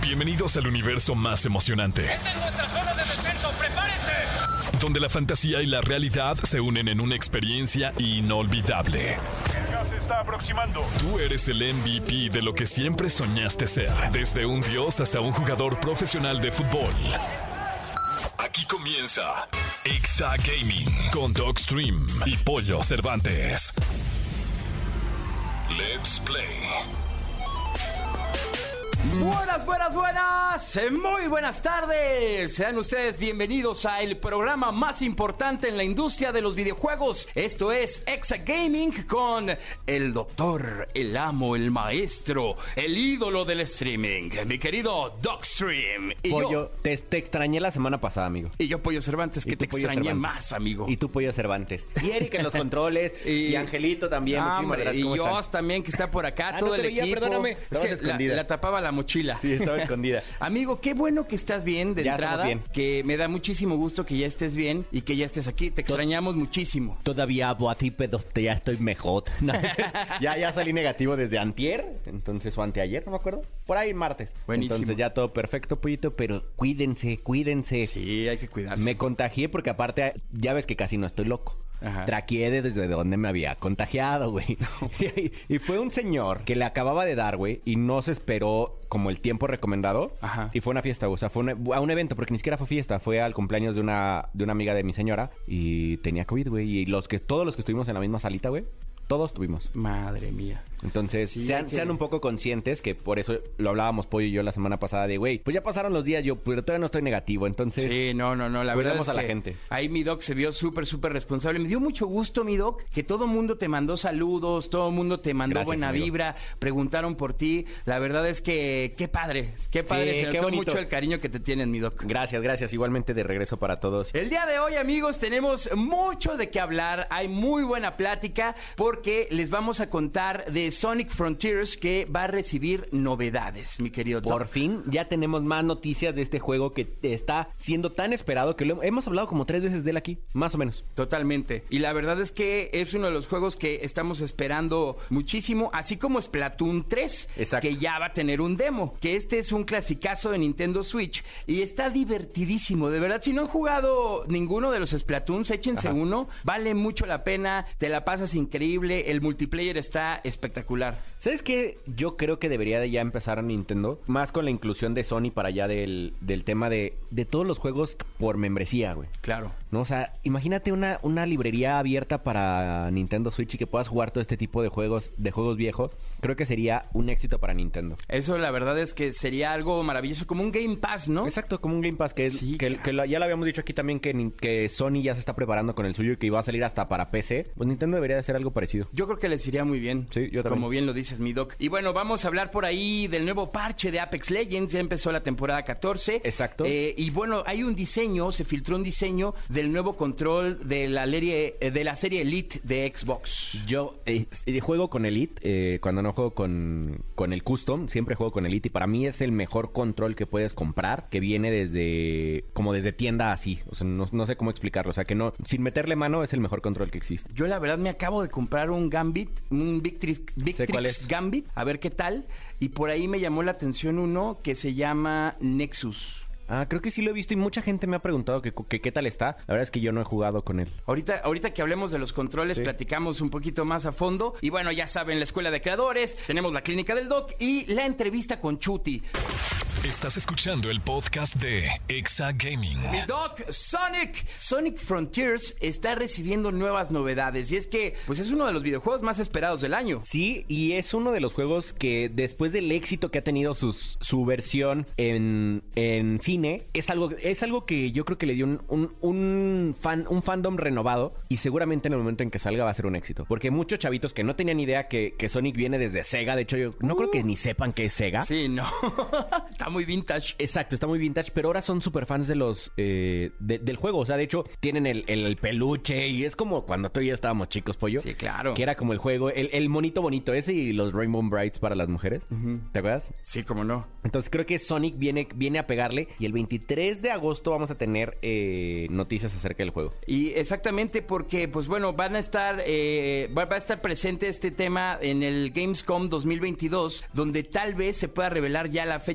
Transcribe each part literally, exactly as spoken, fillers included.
Bienvenidos al universo más emocionante. ¡Esta es nuestra zona de descenso! ¡Prepárense! Donde la fantasía y la realidad se unen en una experiencia inolvidable. El gas se está aproximando. Tú eres el M V P de lo que siempre soñaste ser. Desde un dios hasta un jugador profesional de fútbol. Aquí comienza Exa Gaming con Dogstream y Pollo Cervantes. Let's play. Buenas, buenas, buenas, muy buenas tardes. Sean ustedes bienvenidos a el programa más importante en la industria de los videojuegos. Esto es Exa Gaming con el doctor, el amo, el maestro, el ídolo del streaming, mi querido Dogstream. Y Pollo, yo, te, te extrañé la semana pasada, amigo. y yo, Pollo Cervantes, que Y tú, te Pollo extrañé Cervantes. más, amigo. Y tú, Pollo Cervantes. Y Eric en los controles. y, Y- Angelito también. Ah, Muchísimas hombre, gracias. y ¿Cómo Joss están? también, que está por acá, Ah, todo no te el veía, equipo. perdóname. Es Estabas que la, escondida. la tapaba la mochila. Sí, estaba escondida. Amigo, qué bueno que estás bien de Ya entrada. estamos bien. Que me da muchísimo gusto que ya estés bien y que ya estés aquí. Te extrañamos muchísimo. Todavía hago así, pero ya estoy mejor. No, ya, ya salí negativo desde antier, entonces, o anteayer, no me acuerdo. Por ahí martes. Buenísimo. Entonces ya todo perfecto, Pollito, pero cuídense, cuídense. Sí, hay que cuidarse. Me contagié porque aparte, ya ves que casi no estoy loco. Ajá. Traqué de desde donde me había contagiado, güey. y, y fue un señor que le acababa de dar, güey, y no se esperó como el tiempo recomendado. Ajá. Y fue una fiesta, o sea, fue una- a un evento, porque ni siquiera fue fiesta, fue al cumpleaños de una, de una amiga de mi señora y tenía COVID, güey. Y los que, todos los que estuvimos en la misma salita, güey, todos tuvimos. Madre mía. Entonces, Sí, sean, hay que- sean un poco conscientes, que por eso lo hablábamos Pollo y yo la semana pasada de, güey, pues ya pasaron los días, yo, pero todavía no estoy negativo, entonces... Sí, no, no, no, la verdad Cuidemos es a la que gente. ahí mi doc se vio súper, súper responsable. Me dio mucho gusto, mi doc, que todo el mundo te mandó saludos, todo el mundo te mandó Gracias, buena amigo. vibra, preguntaron por ti. La verdad es que qué padre, qué padre, Sí, se qué notó bonito. mucho el cariño que te tienen, mi doc. Gracias, gracias. Igualmente de regreso para todos. El día de hoy, amigos, tenemos mucho de qué hablar. Hay muy buena plática porque les vamos a contar de Sonic Frontiers, que va a recibir novedades, mi querido Doc. Por fin ya tenemos más noticias de este juego que está siendo tan esperado que lo hemos hablado como tres veces de él aquí, más o menos. Totalmente. Y la verdad es que es uno de los juegos que estamos esperando muchísimo, así como Splatoon tres, Exacto. que ya va a tener un demo, que este es un clasicazo de Nintendo Switch y está divertidísimo, de verdad. Si no han jugado ninguno de los Splatoons, échense Ajá. uno, vale mucho la pena, te la pasas increíble, el multiplayer está espectacular. ¿Sabes qué? Yo creo que debería de ya empezar a Nintendo, más con la inclusión de Sony para allá del, del tema de, de todos los juegos por membresía, güey. Claro. ¿No? O sea, imagínate una, una librería abierta para Nintendo Switch y que puedas jugar todo este tipo de juegos, de juegos viejos. Creo que sería un éxito para Nintendo. Eso la verdad es que sería algo maravilloso, como un Game Pass, ¿no? Exacto, como un Game Pass, que, es, Sí, que, claro. que lo- ya lo habíamos dicho aquí también, que, nin- que Sony ya se está preparando con el suyo y que iba a salir hasta para P C. Pues Nintendo debería de hacer algo parecido. Yo creo que les iría muy bien. Sí, yo también. Como bien lo dices, mi doc. Y bueno, vamos a hablar por ahí del nuevo parche de Apex Legends. Ya empezó la temporada catorce. Exacto. Eh, y bueno, hay un diseño, se filtró un diseño del nuevo control de la, serie, eh, de la serie Elite de Xbox. Yo eh, eh, juego con Elite, eh, cuando no juego con, con el Custom, siempre juego con Elite y para mí es el mejor control que puedes comprar, que viene desde, como desde tienda así, o sea, no, no sé cómo explicarlo, o sea, que no, sin meterle mano es el mejor control que existe. Yo la verdad me acabo de comprar un Gambit, un Victrix, Victrix cuál es. Gambit, a ver qué tal. Y por ahí me llamó la atención uno que se llama Nexus. Ah, creo que sí lo he visto y mucha gente me ha preguntado que, que qué tal está, la verdad es que yo no he jugado con él. Ahorita, ahorita que hablemos de los controles, Sí. platicamos un poquito más a fondo. Y bueno, ya saben, la Escuela de Creadores, tenemos la Clínica del Doc y la entrevista con Chuti. Estás escuchando el podcast de Exa Gaming. Mi Doc, Sonic. Sonic Frontiers está recibiendo nuevas novedades. Y es que, pues es uno de los videojuegos más esperados del año. Sí, y es uno de los juegos que después del éxito que ha tenido sus, su versión en, en cine, es algo, es algo que yo creo que le dio un, un, un fan, un fandom renovado y seguramente en el momento en que salga va a ser un éxito. Porque muchos chavitos que no tenían idea que, que Sonic viene desde Sega, de hecho yo no creo que ni sepan que es Sega. Sí, no. Está muy vintage. Exacto, está muy vintage, pero ahora son super fans de los eh, de- del juego. O sea, de hecho, tienen el, el- el peluche y es como cuando tú y yo estábamos chicos, Pollo. Sí, claro. Que era como el juego, el, el monito bonito ese y los Rainbow Brights para las mujeres. ¿Te acuerdas? Sí, cómo no. Entonces creo que Sonic viene, viene a pegarle y el veintitrés de agosto vamos a tener eh, noticias acerca del juego. Y exactamente porque, pues bueno, van a estar, eh, va, va a estar presente este tema en el Gamescom dos mil veintidós, donde tal vez se pueda revelar ya la fecha definitiva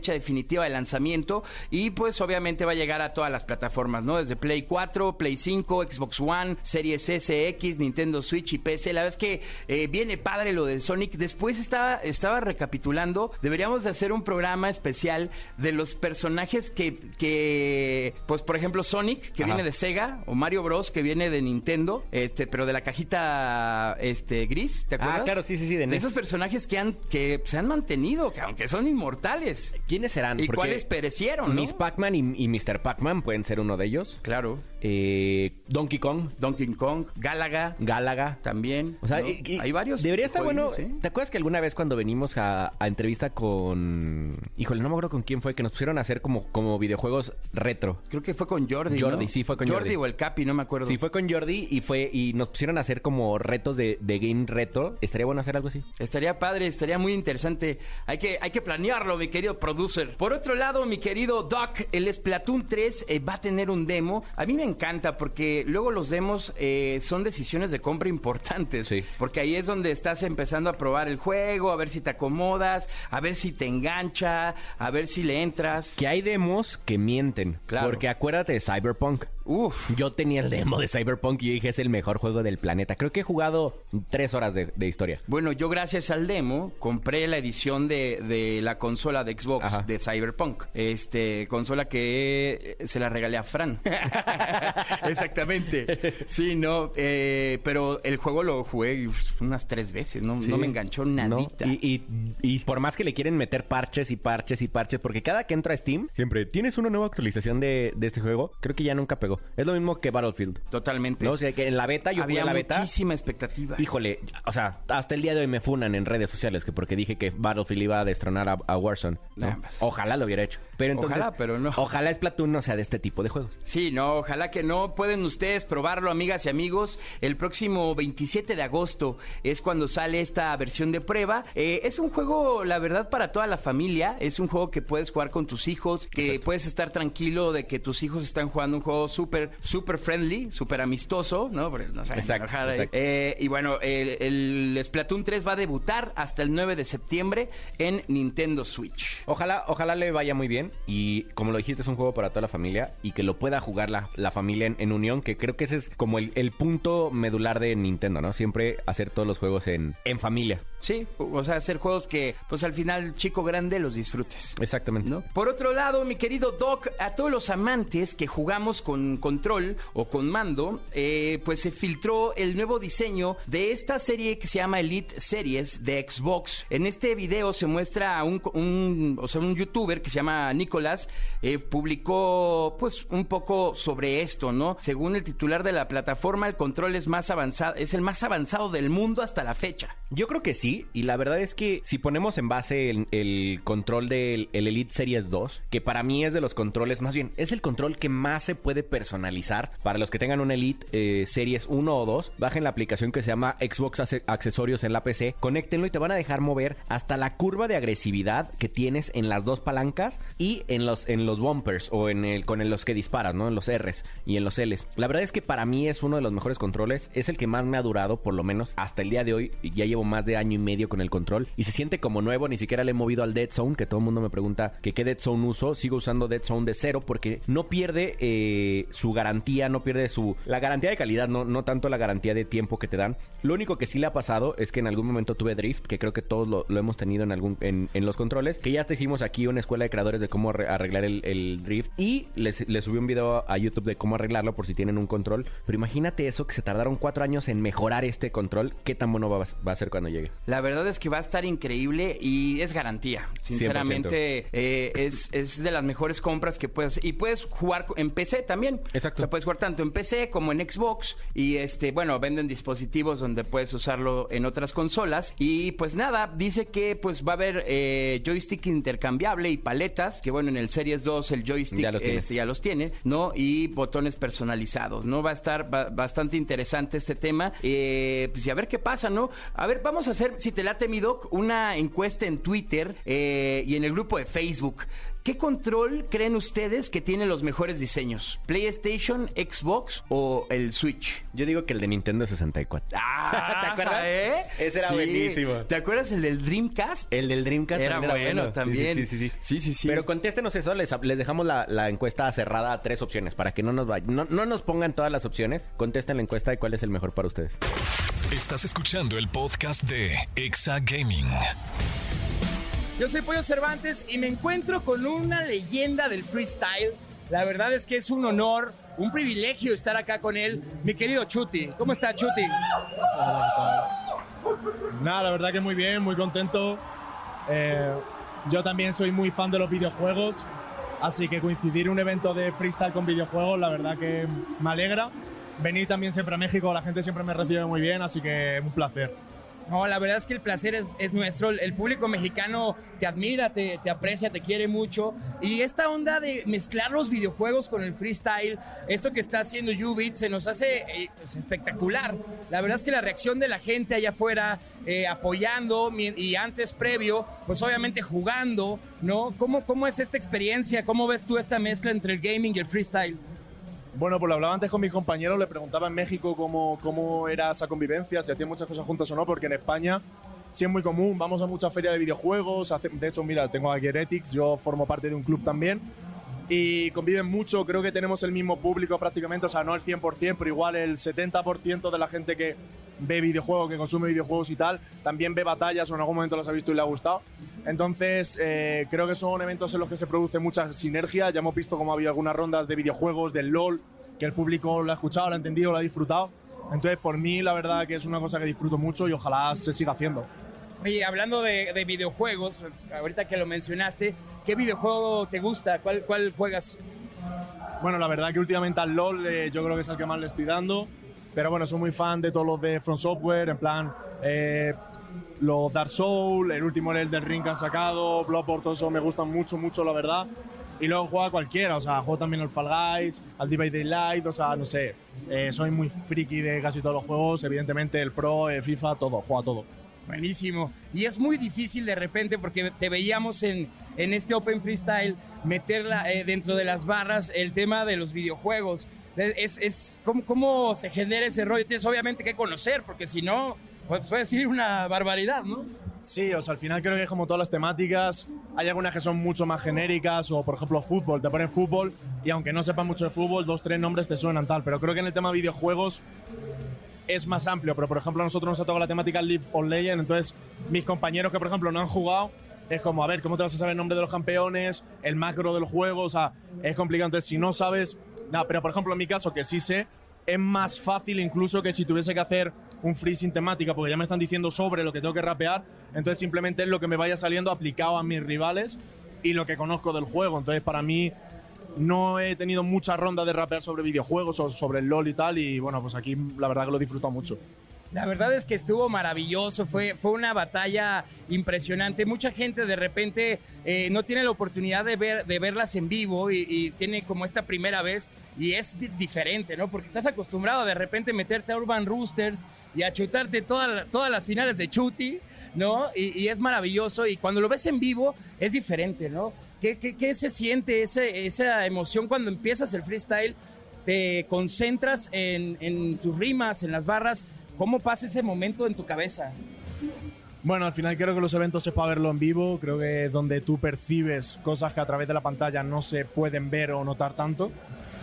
definitiva de lanzamiento y pues obviamente va a llegar a todas las plataformas, ¿no? Desde Play cuatro, Play cinco, Xbox One, Series S, X, Nintendo Switch y P C. La verdad es que eh, viene padre lo de Sonic. Después estaba, estaba recapitulando, deberíamos de hacer un programa especial de los personajes que, que pues por ejemplo Sonic, que Ajá. viene de Sega, o Mario Bros, que viene de Nintendo, este, pero de la cajita este, gris, ¿te acuerdas? Ah, claro, sí, sí, sí. De, de esos personajes que han que se han mantenido, que aunque son inmortales. ¿Quiénes serán? ¿Y Porque cuáles perecieron, no? Miss Pac-Man y, y mister Pac-Man pueden ser uno de ellos. Claro. Eh, Donkey Kong. Donkey Kong, Galaga. Galaga. También. O sea, ¿no? y, y hay varios. Debería estar bueno. ¿eh? ¿Te acuerdas que alguna vez cuando venimos a, a entrevista con... Híjole, no me acuerdo con quién fue, que nos pusieron a hacer como, como videojuegos retro? Creo que fue con Jordi, Jordi, ¿no? sí, fue con Jordi. Jordi o el Capi, no me acuerdo. Sí, fue con Jordi y fue y nos pusieron a hacer como retos de, de game retro. ¿Estaría bueno hacer algo así? Estaría padre, estaría muy interesante. Hay que, hay que planearlo, mi querido producer. Por otro lado, mi querido Doc, el Splatoon tres eh, va a tener un demo. A mí me encanta porque luego los demos eh, son decisiones de compra importantes. Sí. Porque ahí es donde estás empezando a probar el juego, a ver si te acomodas, a ver si te engancha, a ver si le entras. Que hay demos que mienten. Claro. Porque acuérdate de Cyberpunk. Uf. Yo tenía el demo de Cyberpunk y yo dije es el mejor juego del planeta. Creo que he jugado tres horas de, de historia. Bueno, yo gracias al demo compré la edición de, de la consola de Xbox Ajá. de Cyberpunk. Este, consola que se la regalé a Fran. Exactamente. Sí, no, eh, pero el juego lo jugué unas tres veces, no, Sí. no me enganchó nadita. No. Y, y, y por más que le quieren meter parches y parches y parches, porque cada que entra a Steam, siempre tienes una nueva actualización de, de este juego, creo que ya nunca pegó. Es lo mismo que Battlefield. Totalmente. ¿No? O sea, que en la beta, yo Había jugué la beta. muchísima expectativa. Híjole, o sea, hasta el día de hoy me funan en redes sociales que porque dije que Battlefield iba a destronar a, a Warzone, ¿no? Nah, pues. Ojalá lo hubiera hecho. Pero entonces, Ojalá, pero no. Ojalá Splatoon no sea de este tipo de juegos. Sí, no, ojalá que no. Pueden ustedes probarlo, amigas y amigos. El próximo veintisiete de agosto es cuando sale esta versión de prueba. Eh, es un juego, la verdad, para toda la familia. Es un juego que puedes jugar con tus hijos, que Exacto. puedes estar tranquilo de que tus hijos están jugando un juego súper, súper friendly, súper amistoso, ¿no? Porque no saben Exacto, enojar ahí. exacto. Eh, y bueno, el, el Splatoon tres va a debutar hasta el nueve de septiembre en Nintendo Switch. Ojalá, ojalá le vaya muy bien y como lo dijiste es un juego para toda la familia y que lo pueda jugar la, la familia en, en unión, que creo que ese es como el, el punto medular de Nintendo, ¿no? Siempre hacer todos los juegos en, en familia. Sí, o sea, hacer juegos que pues al final chico grande los disfrutes. Exactamente. ¿No? Por otro lado, mi querido Doc, a todos los amantes que jugamos con control o con mando, eh, pues se filtró el nuevo diseño de esta serie que se llama Elite Series de Xbox. En este video se muestra a un, un, o sea, un youtuber que se llama Nicolás, eh, publicó pues un poco sobre esto, ¿no? Según el titular de la plataforma, el control es más avanzado, es el más avanzado del mundo hasta la fecha. Yo creo que sí, y la verdad es que si ponemos en base el, el control del el Elite Series dos, que para mí es de los controles, más bien, es el control que más se puede personalizar. Para los que tengan un Elite eh, Series uno o dos, bajen la aplicación que se llama Xbox Ace- Accesorios en la P C, conéctenlo y te van a dejar mover hasta la curva de agresividad que tienes en las dos palancas y en los, en los bumpers o en el con el, los que disparas, ¿no? En los R's y en los L's. La verdad es que para mí es uno de los mejores controles, es el que más me ha durado, por lo menos hasta el día de hoy. Ya llevo más de año y medio con el control y se siente como nuevo. Ni siquiera le he movido al Dead Zone, que todo el mundo me pregunta que qué Dead Zone uso. Sigo usando Dead Zone de cero porque no pierde eh, su garantía, no pierde su... La garantía de calidad, no, no tanto la garantía de tiempo que te dan. Lo único que sí le ha pasado es que en algún momento tuve drift, que creo que todos lo, lo hemos tenido en algún en, en los controles, que ya te hicimos aquí una escuela de creadores de cómo arre- arreglar el, el drift y les, les subí un video a YouTube de cómo arreglarlo por si tienen un control. Pero imagínate eso, que se tardaron cuatro años en mejorar este control. ¿Qué tan bueno va, va a ser cuando llegue? La verdad es que va a estar increíble y es garantía. Sinceramente, eh, es, es de las mejores compras que puedes hacer. Y puedes jugar en P C también. Exacto. O sea, puedes jugar tanto en P C como en Xbox. Y este, bueno, venden dispositivos donde puedes usarlo en otras consolas. Y pues nada, dice que pues va a haber eh, joystick intercambiable y paletas. Que bueno, en el Series dos el joystick Ya los tienes. este, ya los tiene, ¿no? Y botones personalizados, ¿no? Va a estar ba- bastante interesante este tema. Eh, pues y a ver qué pasa, ¿no? A ver, vamos a hacer, si te late, mi doc, una encuesta en Twitter eh, y en el grupo de Facebook. ¿Qué control creen ustedes que tiene los mejores diseños? ¿PlayStation, Xbox o el Switch? Yo digo que el de Nintendo sesenta y cuatro. Ah, ¿te acuerdas? ¿eh? Ese era Sí. buenísimo. ¿Te acuerdas el del Dreamcast? El del Dreamcast Era también bueno, también. Sí, sí, sí, sí. Sí, sí, sí. Pero contéstenos eso, les, les dejamos la, la encuesta cerrada a tres opciones para que no nos vaya, no, no nos pongan todas las opciones. Contesten la encuesta de cuál es el mejor para ustedes. Estás escuchando el podcast de Exa Gaming. Yo soy Pollo Cervantes y me encuentro con una leyenda del freestyle. La verdad es que es un honor, un privilegio estar acá con él. Mi querido Chuti. ¿Cómo está, Chuti? Nada, la verdad que muy bien, muy contento. Eh, yo también soy muy fan de los videojuegos, así que coincidir un evento de freestyle con videojuegos, la verdad que me alegra. Venir también siempre a México, la gente siempre me recibe muy bien, así que un placer. No, la verdad es que el placer es, es nuestro. El público mexicano te admira, te, te aprecia, te quiere mucho. Y esta onda de mezclar los videojuegos con el freestyle, esto que está haciendo YouBeat, se nos hace eh, pues, espectacular. La verdad es que la reacción de la gente allá afuera, eh, apoyando y antes previo, pues obviamente jugando, ¿no? ¿Cómo, ¿Cómo es esta experiencia? ¿Cómo ves tú esta mezcla entre el gaming y el freestyle? Bueno, pues lo hablaba antes con mis compañeros, le preguntaba en México cómo, cómo era esa convivencia, si hacían muchas cosas juntas o no, porque en España sí es muy común, vamos a muchas ferias de videojuegos, hace, de hecho, mira, tengo aquí Heretics, yo formo parte de un club también, y conviven mucho, creo que tenemos el mismo público prácticamente, o sea, no el cien por ciento, pero igual el setenta por ciento de la gente que ve videojuegos, que consume videojuegos y tal, también ve batallas o en algún momento las ha visto y le ha gustado. Entonces, eh, creo que son eventos en los que se produce mucha sinergia. Ya hemos visto cómo ha habido algunas rondas de videojuegos, del LOL, que el público lo ha escuchado, lo ha entendido, lo ha disfrutado. Entonces, por mí, la verdad que es una cosa que disfruto mucho y ojalá se siga haciendo. Oye, hablando de, de videojuegos, ahorita que lo mencionaste, ¿qué videojuego te gusta? ¿Cuál, cuál juegas? Bueno, la verdad que últimamente al LOL eh, yo creo que es el que más le estoy dando. Pero bueno, soy muy fan de todos los de From Software, en plan, eh, los Dark Souls, el último el del Ring que han sacado, Bloodborne, todo eso me gustan mucho, mucho, la verdad. Y luego juego a cualquiera, o sea, juego también al Fall Guys, al Dead by Daylight, o sea, no sé. Eh, soy muy friki de casi todos los juegos, evidentemente el Pro, eh, FIFA, todo, juego a todo. Buenísimo. Y es muy difícil de repente porque te veíamos en, en este Open Freestyle meterla eh, dentro de las barras el tema de los videojuegos. Es, es ¿cómo, ¿Cómo se genera ese rollo? Tienes obviamente que conocer, porque si no, pues puede decir una barbaridad, ¿no? Sí, o sea, al final creo que como todas las temáticas, hay algunas que son mucho más genéricas, o por ejemplo fútbol, te ponen fútbol y aunque no sepas mucho de fútbol, dos, tres nombres te suenan tal, pero creo que en el tema videojuegos es más amplio, pero por ejemplo a nosotros nos ha tocado la temática League of Legends, entonces mis compañeros que por ejemplo no han jugado, es como, a ver, ¿cómo te vas a saber el nombre de los campeones, el macro del juego? O sea, es complicado, entonces si no sabes, nada, pero por ejemplo en mi caso que sí sé, es más fácil incluso que si tuviese que hacer un free sin temática, porque ya me están diciendo sobre lo que tengo que rapear, entonces simplemente es lo que me vaya saliendo aplicado a mis rivales y lo que conozco del juego, entonces para mí no he tenido muchas rondas de rapear sobre videojuegos o sobre el LOL y tal, y bueno, pues aquí la verdad que lo he disfrutado mucho. La verdad es que estuvo maravilloso, fue, fue una batalla impresionante. Mucha gente de repente eh, no tiene la oportunidad de, ver, de verlas en vivo y, y tiene como esta primera vez y es diferente, ¿no? Porque estás acostumbrado a de repente meterte a Urban Roosters y a chutarte toda, todas las finales de Chuti, ¿no? Y, y es maravilloso y cuando lo ves en vivo es diferente, ¿no? ¿Qué, qué, qué se siente ese, esa emoción cuando empiezas el freestyle? Te concentras en, en tus rimas, en las barras. ¿Cómo pasa ese momento en tu cabeza? Bueno, al final creo que los eventos es para verlo en vivo. Creo que es donde tú percibes cosas que a través de la pantalla no se pueden ver o notar tanto.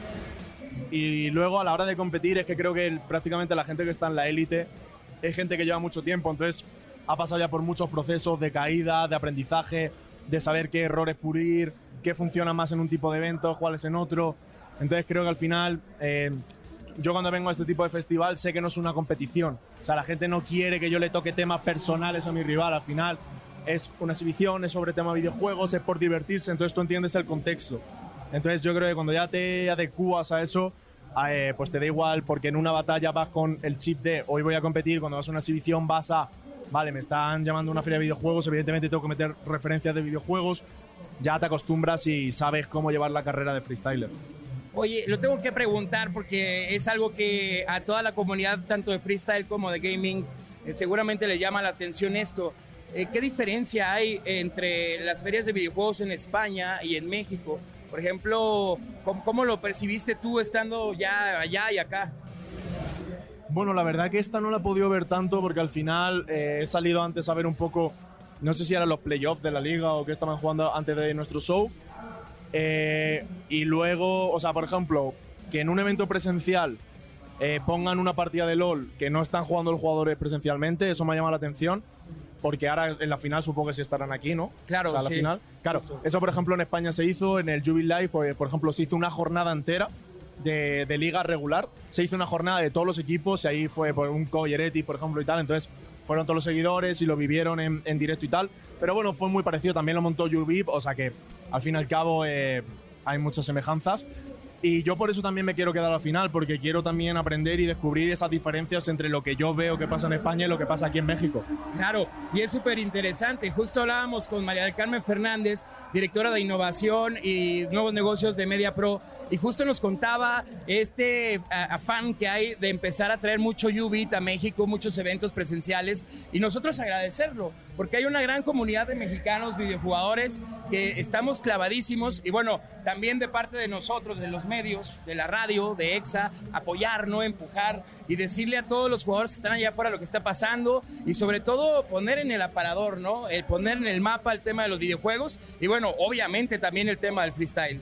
Y luego a la hora de competir es que creo que el, prácticamente la gente que está en la élite es gente que lleva mucho tiempo. Entonces ha pasado ya por muchos procesos de caída, de aprendizaje, de saber qué errores pulir, qué funciona más en un tipo de eventos, cuáles en otro. Entonces creo que al final... Eh, Yo cuando vengo a este tipo de festival sé que no es una competición. O sea, la gente no quiere que yo le toque temas personales a mi rival. Al final es una exhibición, es sobre tema videojuegos, es por divertirse. Entonces tú entiendes el contexto. Entonces yo creo que cuando ya te adecuas a eso, eh, pues te da igual porque en una batalla vas con el chip de hoy voy a competir. Cuando vas a una exhibición vas a... Vale, me están llamando a una feria de videojuegos, evidentemente tengo que meter referencias de videojuegos. Ya te acostumbras y sabes cómo llevar la carrera de freestyler. Oye, lo tengo que preguntar porque es algo que a toda la comunidad, tanto de freestyle como de gaming, eh, seguramente le llama la atención esto. Eh, ¿Qué diferencia hay entre las ferias de videojuegos en España y en México? Por ejemplo, ¿cómo, cómo lo percibiste tú estando ya allá y acá? Bueno, la verdad que esta no la he podido ver tanto porque al final eh, he salido antes a ver un poco, no sé si eran los playoffs de la liga o qué estaban jugando antes de nuestro show. Eh, y luego, o sea, por ejemplo, que en un evento presencial eh, pongan una partida de LOL que no están jugando los jugadores presencialmente, eso me ha llamado la atención. Porque ahora en la final supongo que sí estarán aquí, ¿no? Claro, o sea, la sí. final. Claro, eso por ejemplo en España se hizo, en el Jubilee Live, pues, por ejemplo, se hizo una jornada entera de, de liga regular. Se hizo una jornada de todos los equipos y ahí fue por un Coyeretti, por ejemplo, y tal. Entonces fueron todos los seguidores y lo vivieron en, en directo y tal. Pero bueno, fue muy parecido. También lo montó YouVip, o sea que al fin y al cabo eh, hay muchas semejanzas. Y yo por eso también me quiero quedar al final, porque quiero también aprender y descubrir esas diferencias entre lo que yo veo que pasa en España y lo que pasa aquí en México. Claro, y es súper interesante. Justo hablábamos con María del Carmen Fernández, directora de innovación y nuevos negocios de MediaPro, y justo nos contaba este afán que hay de empezar a traer mucho YouBit a México, muchos eventos presenciales, y nosotros agradecerlo, porque hay una gran comunidad de mexicanos videojugadores que estamos clavadísimos, y bueno, también de parte de nosotros, de los medios, de la radio, de EXA, apoyar, no empujar y decirle a todos los jugadores que están allá afuera lo que está pasando y sobre todo poner en el aparador, ¿no? El poner en el mapa el tema de los videojuegos y bueno, obviamente también el tema del freestyle.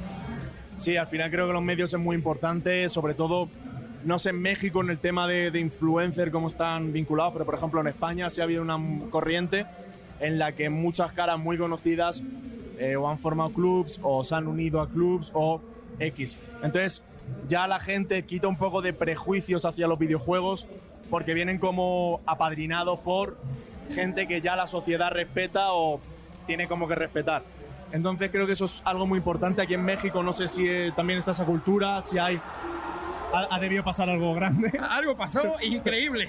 Sí, al final creo que los medios es muy importante, sobre todo, no sé en México en el tema de, de influencer cómo están vinculados, pero por ejemplo en España sí ha habido una corriente en la que muchas caras muy conocidas eh, o han formado clubs o se han unido a clubs o X. Entonces ya la gente quita un poco de prejuicios hacia los videojuegos porque vienen como apadrinados por gente que ya la sociedad respeta o tiene como que respetar. Entonces creo que eso es algo muy importante. Aquí en México no sé si eh, también está esa cultura, si hay... Ha, ha debido pasar algo grande. Algo pasó increíble.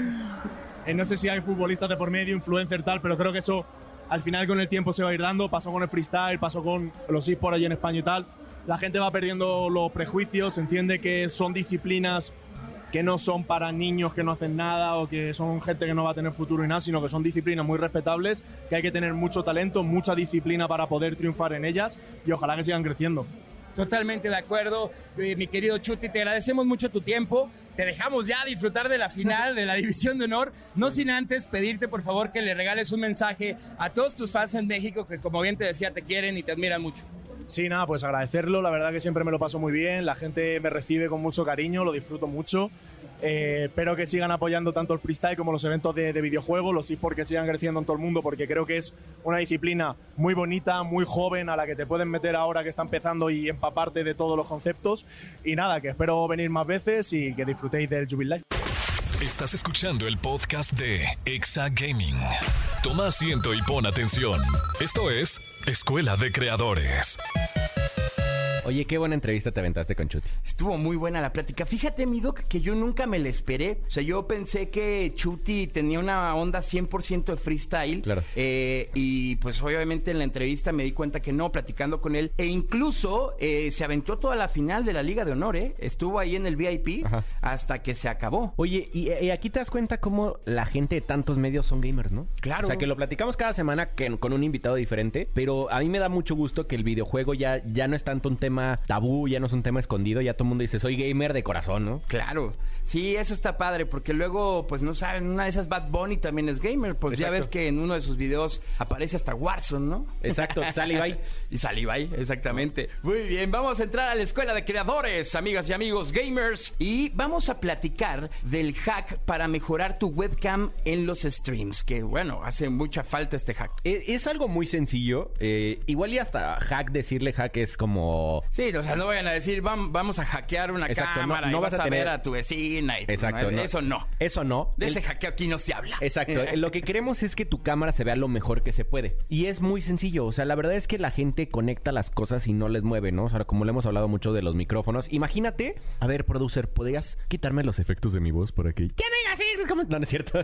eh, no sé si hay futbolistas de por medio, influencer tal, pero creo que eso al final con el tiempo se va a ir dando. Pasó con el freestyle, pasó con los eSports allí en España y tal. La gente va perdiendo los prejuicios, entiende que son disciplinas que no son para niños que no hacen nada o que son gente que no va a tener futuro y nada, sino que son disciplinas muy respetables, que hay que tener mucho talento, mucha disciplina para poder triunfar en ellas y ojalá que sigan creciendo. Totalmente de acuerdo, eh, mi querido Chuti, te agradecemos mucho tu tiempo, te dejamos ya disfrutar de la final de la División de Honor, no sin antes pedirte por favor que le regales un mensaje a todos tus fans en México que como bien te decía te quieren y te admiran mucho. Sí, nada, pues agradecerlo, la verdad que siempre me lo paso muy bien, la gente me recibe con mucho cariño, lo disfruto mucho. Eh, espero que sigan apoyando tanto el freestyle como los eventos de, de videojuegos, los eSports que sigan creciendo en todo el mundo, porque creo que es una disciplina muy bonita, muy joven, a la que te pueden meter ahora que está empezando y empaparte de todos los conceptos. Y nada, que espero venir más veces y que disfrutéis del Jubilee Live. Estás escuchando el podcast de EXA Gaming. Toma asiento y pon atención. Esto es Escuela de Creadores. Oye, qué buena entrevista te aventaste con Chuti. Estuvo muy buena la plática. Fíjate, mi Doc, que yo nunca me la esperé. O sea, yo pensé que Chuti tenía una onda cien por ciento de freestyle. Claro. Eh, y pues obviamente en la entrevista me di cuenta que no, platicando con él. E incluso eh, se aventó toda la final de la Liga de Honor, ¿eh? Estuvo ahí en el V I P. Ajá. Hasta que se acabó. Oye, y, y aquí te das cuenta cómo la gente de tantos medios son gamers, ¿no? Claro. O sea, que lo platicamos cada semana que, con un invitado diferente, pero a mí me da mucho gusto que el videojuego ya, ya no es tanto un tema tabú, ya no es un tema escondido, ya todo el mundo dice, soy gamer de corazón, ¿no? Claro. Sí, eso está padre, porque luego, pues no saben, una de esas Bad Bunny también es gamer, pues exacto. Ya ves que en uno de sus videos aparece hasta Warzone, ¿no? Exacto, sale Ibai. Y sale Ibai, exactamente. Muy bien, vamos a entrar a la Escuela de Creadores, amigas y amigos gamers, y vamos a platicar del hack para mejorar tu webcam en los streams, que bueno, hace mucha falta este hack. Es, es algo muy sencillo, eh, igual y hasta hack, decirle hack es como... Sí, o sea, no vayan a decir, vamos, vamos a hackear una exacto, cámara no, no y vas, vas a, tener... ver a tu vecina. Y, exacto. No, no, eso no. Eso no. De el... ese hackeo aquí no se habla. Exacto. Lo que queremos es que tu cámara se vea lo mejor que se puede. Y es muy sencillo. O sea, la verdad es que la gente conecta las cosas y no les mueve, ¿no? O sea, como le hemos hablado mucho de los micrófonos. Imagínate, a ver, producer, ¿podrías quitarme los efectos de mi voz por aquí? ¿Qué venga así? ¿Cómo? No, no es cierto.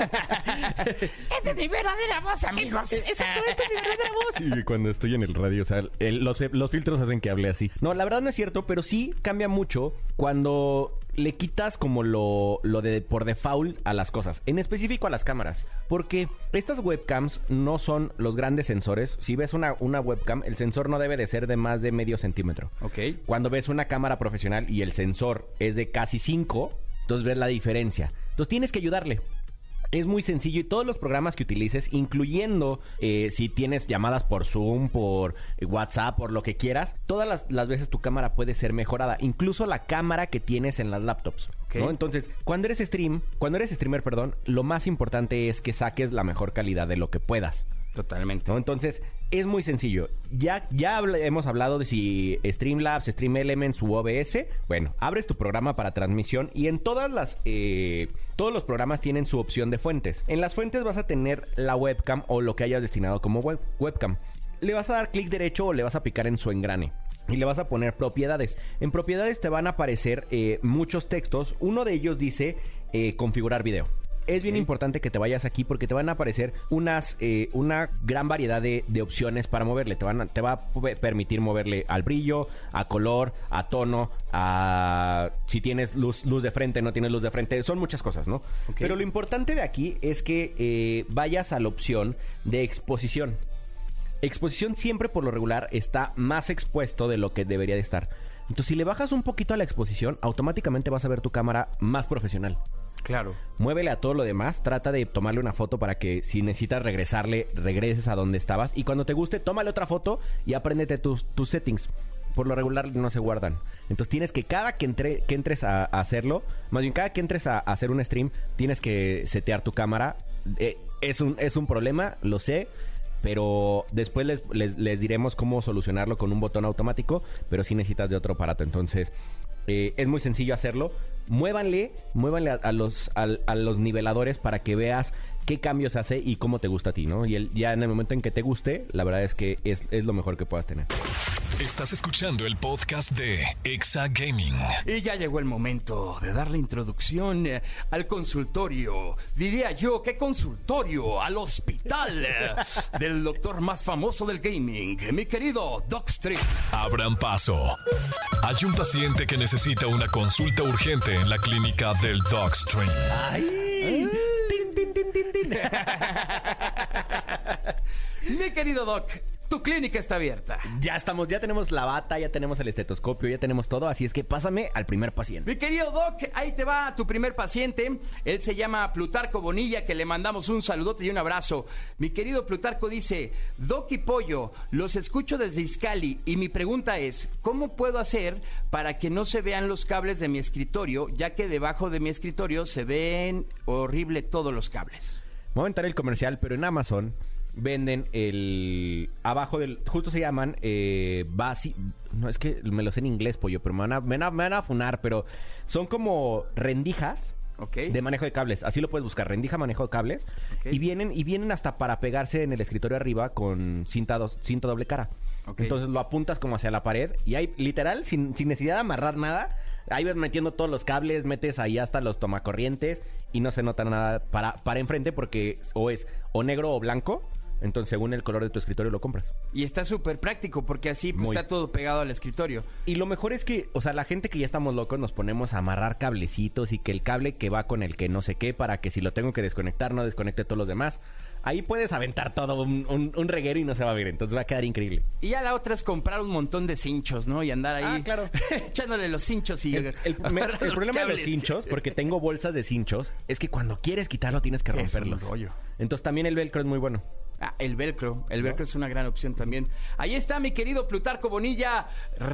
Esta es mi verdadera voz, amigos. Exacto, esta es mi verdadera voz. Sí, cuando estoy en el radio, o sea, el, los, los filtros hacen que hable así. No, la verdad no es cierto, pero sí cambia mucho cuando le quitas como lo, lo de por default a las cosas, en específico a las cámaras, porque estas webcams no son los grandes sensores. Si ves una, una webcam, el sensor no debe de ser de más de medio centímetro. Ok. Cuando ves una cámara profesional y el sensor es de casi cinco, entonces ves la diferencia. Entonces tienes que ayudarle. Es muy sencillo y todos los programas que utilices, incluyendo eh, si tienes llamadas por Zoom, por WhatsApp, por lo que quieras, todas las, las veces tu cámara puede ser mejorada. Incluso la cámara que tienes en las laptops, Okay. ¿no? Entonces, cuando eres stream, cuando eres streamer, perdón, lo más importante es que saques la mejor calidad de lo que puedas. Totalmente. ¿No? Entonces, es muy sencillo. Ya, ya habla- hemos hablado de si Streamlabs, Stream Elements u O B S. Bueno, abres tu programa para transmisión y en todas las... Eh, todos los programas tienen su opción de fuentes. En las fuentes vas a tener la webcam o lo que hayas destinado como web- webcam. Le vas a dar clic derecho o le vas a picar en su engrane. Y le vas a poner propiedades. En propiedades te van a aparecer eh, muchos textos. Uno de ellos dice eh, configurar video. Es bien importante que te vayas aquí porque te van a aparecer unas eh, una gran variedad de, de opciones para moverle. Te, van a, te va a p- permitir moverle al brillo, a color, a tono, a si tienes luz, luz de frente, no tienes luz de frente. Son muchas cosas, ¿no? Ok. Pero lo importante de aquí es que eh, vayas a la opción de exposición. Exposición siempre por lo regular está más expuesto de lo que debería de estar. Entonces, si le bajas un poquito a la exposición, automáticamente vas a ver tu cámara más profesional. Claro. Muévele a todo lo demás, trata de tomarle una foto para que si necesitas regresarle, regreses a donde estabas. Y cuando te guste, tómale otra foto y apréndete tus, tus settings. Por lo regular no se guardan. Entonces tienes que cada que, entre, que entres a, a hacerlo, más bien cada que entres a, a hacer un stream, tienes que setear tu cámara. Eh, es, un, es un problema, lo sé. Pero después les, les, les diremos cómo solucionarlo con un botón automático. Pero sí necesitas de otro aparato. Entonces, eh, es muy sencillo hacerlo. Muévanle, muévanle a, a, los, a, a los niveladores para que veas qué cambios hace y cómo te gusta a ti, ¿no? Y el, ya en el momento en que te guste, la verdad es que es, es lo mejor que puedas tener. Estás escuchando el podcast de Exa Gaming. Y ya llegó el momento de dar la introducción eh, al consultorio. Diría yo, ¿qué consultorio? Al hospital eh, del doctor más famoso del gaming, mi querido Docstream. Abran paso. Hay un paciente que necesita una consulta urgente en la clínica del Docstream. ¡Ay! ¡Tin, tin, tin, tin, tin! Mi querido Doc, tu clínica está abierta. Ya estamos, ya tenemos la bata, ya tenemos el estetoscopio, ya tenemos todo, así es que pásame al primer paciente. Mi querido Doc, ahí te va tu primer paciente. Él se llama Plutarco Bonilla, que le mandamos un saludote y un abrazo. Mi querido Plutarco dice: Doc y Pollo, los escucho desde Izcali y mi pregunta es, ¿cómo puedo hacer para que no se vean los cables de mi escritorio, ya que debajo de mi escritorio se ven horrible todos los cables? Voy a aventar el comercial, pero en Amazon venden el... Abajo del... Justo se llaman... Eh, basi... No, es que me lo sé en inglés, Pollo, pero me van a, me van a, me van a funar, pero son como rendijas... Ok. De manejo de cables. Así lo puedes buscar. Rendija, manejo de cables. Ok. Y vienen y vienen hasta para pegarse en el escritorio arriba con cinta, dos, cinta doble cara. Ok. Entonces lo apuntas como hacia la pared y ahí, literal, sin, sin necesidad de amarrar nada, ahí vas metiendo todos los cables, metes ahí hasta los tomacorrientes y no se nota nada para, para enfrente porque o es o negro o blanco. Entonces, según el color de tu escritorio, lo compras. Y está súper práctico porque así pues, Muy. está todo pegado al escritorio. Y lo mejor es que, o sea, la gente que ya estamos locos nos ponemos a amarrar cablecitos y que el cable que va con el que no sé qué para que si lo tengo que desconectar no desconecte todos los demás. Ahí puedes aventar todo un, un, un reguero y no se va a ver. Entonces va a quedar increíble. Y ya la otra es comprar un montón de cinchos, ¿no? Y andar ahí Ah, claro. echándole los cinchos y... El, el- me- amarrar el los problema de los cables. cinchos, porque tengo bolsas de cinchos, es que cuando quieres quitarlo tienes que Es un romperlos. rollo. Entonces también el velcro es muy bueno. Ah, el velcro. El velcro es una gran opción también. Ahí está mi querido Plutarco Bonilla.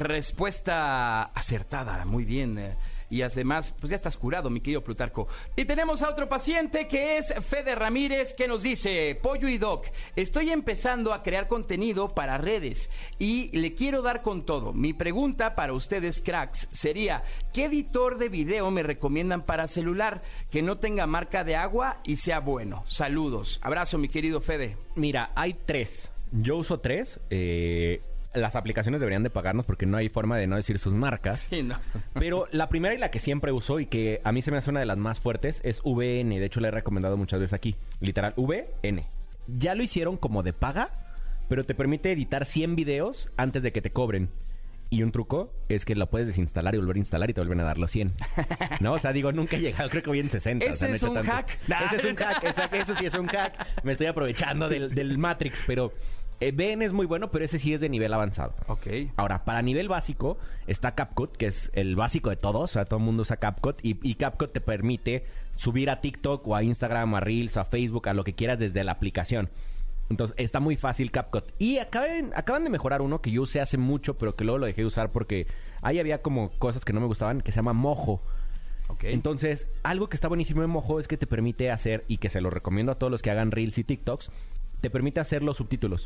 Respuesta acertada. Muy bien. eh. Y además, pues ya estás curado, mi querido Plutarco. Y tenemos a otro paciente que es Fede Ramírez, que nos dice: Pollo y Doc, estoy empezando a crear contenido para redes y le quiero dar con todo. Mi pregunta para ustedes, cracks, sería: ¿qué editor de video me recomiendan para celular que no tenga marca de agua y sea bueno? Saludos. Abrazo, mi querido Fede. Mira, hay tres. Yo uso tres. Eh, las aplicaciones deberían de pagarnos porque no hay forma de no decir sus marcas. Sí, no. Pero la primera y la que siempre uso y que a mí se me hace una de las más fuertes es V N. De hecho, la he recomendado muchas veces aquí. Literal, V N. Ya lo hicieron como de paga, pero te permite editar cien videos antes de que te cobren. Y un truco es que lo puedes desinstalar y volver a instalar y te vuelven a dar los cien. ¿No? O sea, digo, nunca he llegado, creo que voy en sesenta. ¿Ese o sea, no he es hecho un tanto. hack? Ese es un hack, exacto, eso sí es un hack. Me estoy aprovechando del, del Matrix, pero eh, B N es muy bueno, pero ese sí es de nivel avanzado. Ok. Ahora, para nivel básico está CapCut, que es el básico de todos. O sea, todo el mundo usa CapCut. Y, y CapCut te permite subir a TikTok o a Instagram, a Reels, a Facebook, a lo que quieras desde la aplicación. Entonces, está muy fácil CapCut. Y acaban, acaban de mejorar uno que yo usé hace mucho, pero que luego lo dejé de usar porque ahí había como cosas que no me gustaban, que se llama Mojo. Okay. Entonces, algo que está buenísimo en Mojo es que te permite hacer, y que se lo recomiendo a todos los que hagan Reels y TikToks, te permite hacer los subtítulos.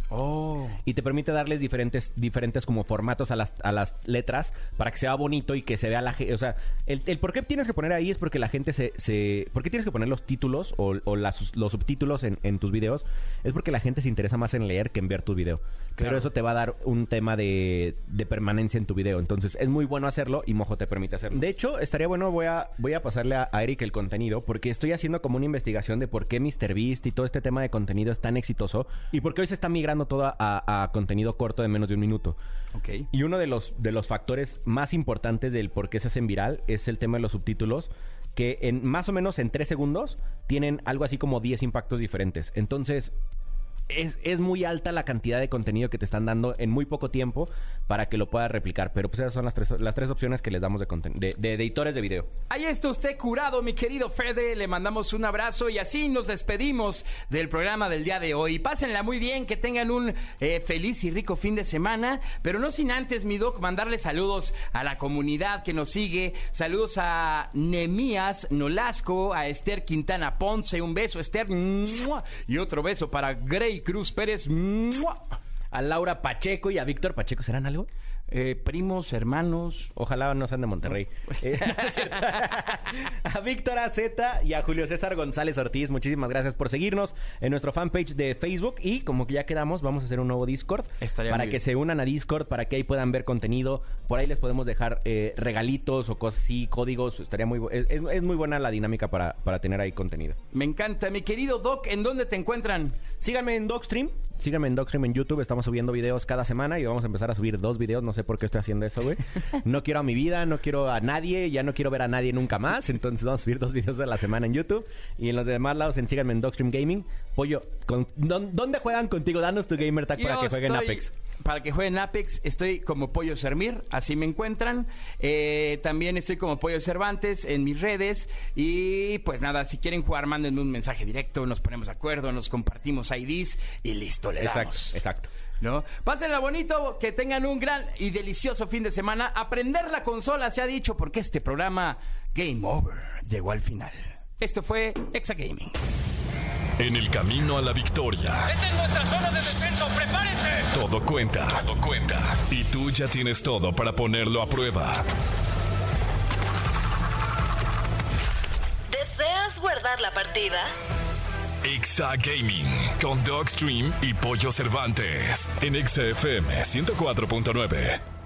Oh. Y te permite darles diferentes diferentes como formatos a las, a las letras para que sea bonito y que se vea la gente. O sea, el, el por qué tienes que poner ahí es porque la gente se... se ¿por qué tienes que poner los títulos o, o las, los subtítulos en, en tus videos? Es porque la gente se interesa más en leer que en ver tu video. Claro. Pero eso te va a dar un tema de, de permanencia en tu video. Entonces, es muy bueno hacerlo y Mojo te permite hacerlo. De hecho, estaría bueno, voy a, voy a pasarle a, a Eric el contenido porque estoy haciendo como una investigación de por qué MrBeast y todo este tema de contenido es tan exitoso y por qué hoy se está migrando todo a, a contenido corto de menos de un minuto. Okay. Y uno de los, de los factores más importantes del por qué se hacen viral es el tema de los subtítulos, que en más o menos en tres segundos tienen algo así como diez impactos diferentes. Entonces, es, es muy alta la cantidad de contenido que te están dando en muy poco tiempo para que lo puedas replicar. Pero pues esas son las tres, las tres opciones que les damos de, de, de, de editores de video. Ahí está usted curado, mi querido Fede. Le mandamos un abrazo y así nos despedimos del programa del día de hoy. Pásenla muy bien, que tengan un eh, feliz y rico fin de semana. Pero no sin antes, mi Doc, mandarle saludos a la comunidad que nos sigue. Saludos a Nemías Nolasco, a Esther Quintana Ponce. Un beso, Esther. ¡Mua! Y otro beso para Grey Cruz Pérez. ¡Mua! A Laura Pacheco y a Víctor Pacheco, ¿serán algo? Eh, primos, hermanos. Ojalá no sean de Monterrey. No. Eh, a Víctor Azeta y a Julio César González Ortiz, muchísimas gracias por seguirnos en nuestro fanpage de Facebook. Y como que ya quedamos, vamos a hacer un nuevo Discord. Estaría para que bien. se unan a Discord, para que ahí puedan ver contenido. Por ahí les podemos dejar eh, regalitos o cosas así, códigos. Estaría muy es, es, es muy buena la dinámica para, para tener ahí contenido. Me encanta. Mi querido Doc, ¿en dónde te encuentran? Síganme en Docstream. Síganme en Docstream en YouTube. Estamos subiendo videos cada semana y vamos a empezar a subir dos videos. No sé por qué estoy haciendo eso, güey. No quiero a mi vida, no quiero a nadie. Ya no quiero ver a nadie nunca más. Entonces vamos a subir dos videos a la semana en YouTube. Y en los demás lados, en síganme en Docstream Gaming. Pollo, con, ¿dónde juegan contigo? Danos tu gamer tag para Yo que jueguen estoy, Apex. Para que jueguen Apex, estoy como Pollo Sermir, así me encuentran. Eh, también estoy como Pollo Cervantes en mis redes. Y pues nada, si quieren jugar, mándenme un mensaje directo, nos ponemos de acuerdo, nos compartimos I Ds y listo, le Exacto, damos. exacto. ¿No? Pásenla bonito, que tengan un gran y delicioso fin de semana. Aprender la consola se ha dicho porque este programa Game Over llegó al final. Esto fue Exagaming. En el camino a la victoria, ¡Esta es nuestra zona de defensa! ¡Prepárense! todo cuenta. Todo cuenta. Y tú ya tienes todo para ponerlo a prueba. ¿Deseas guardar la partida? Exagaming con Docstream y Pollo Cervantes en Exa F M ciento cuatro punto nueve.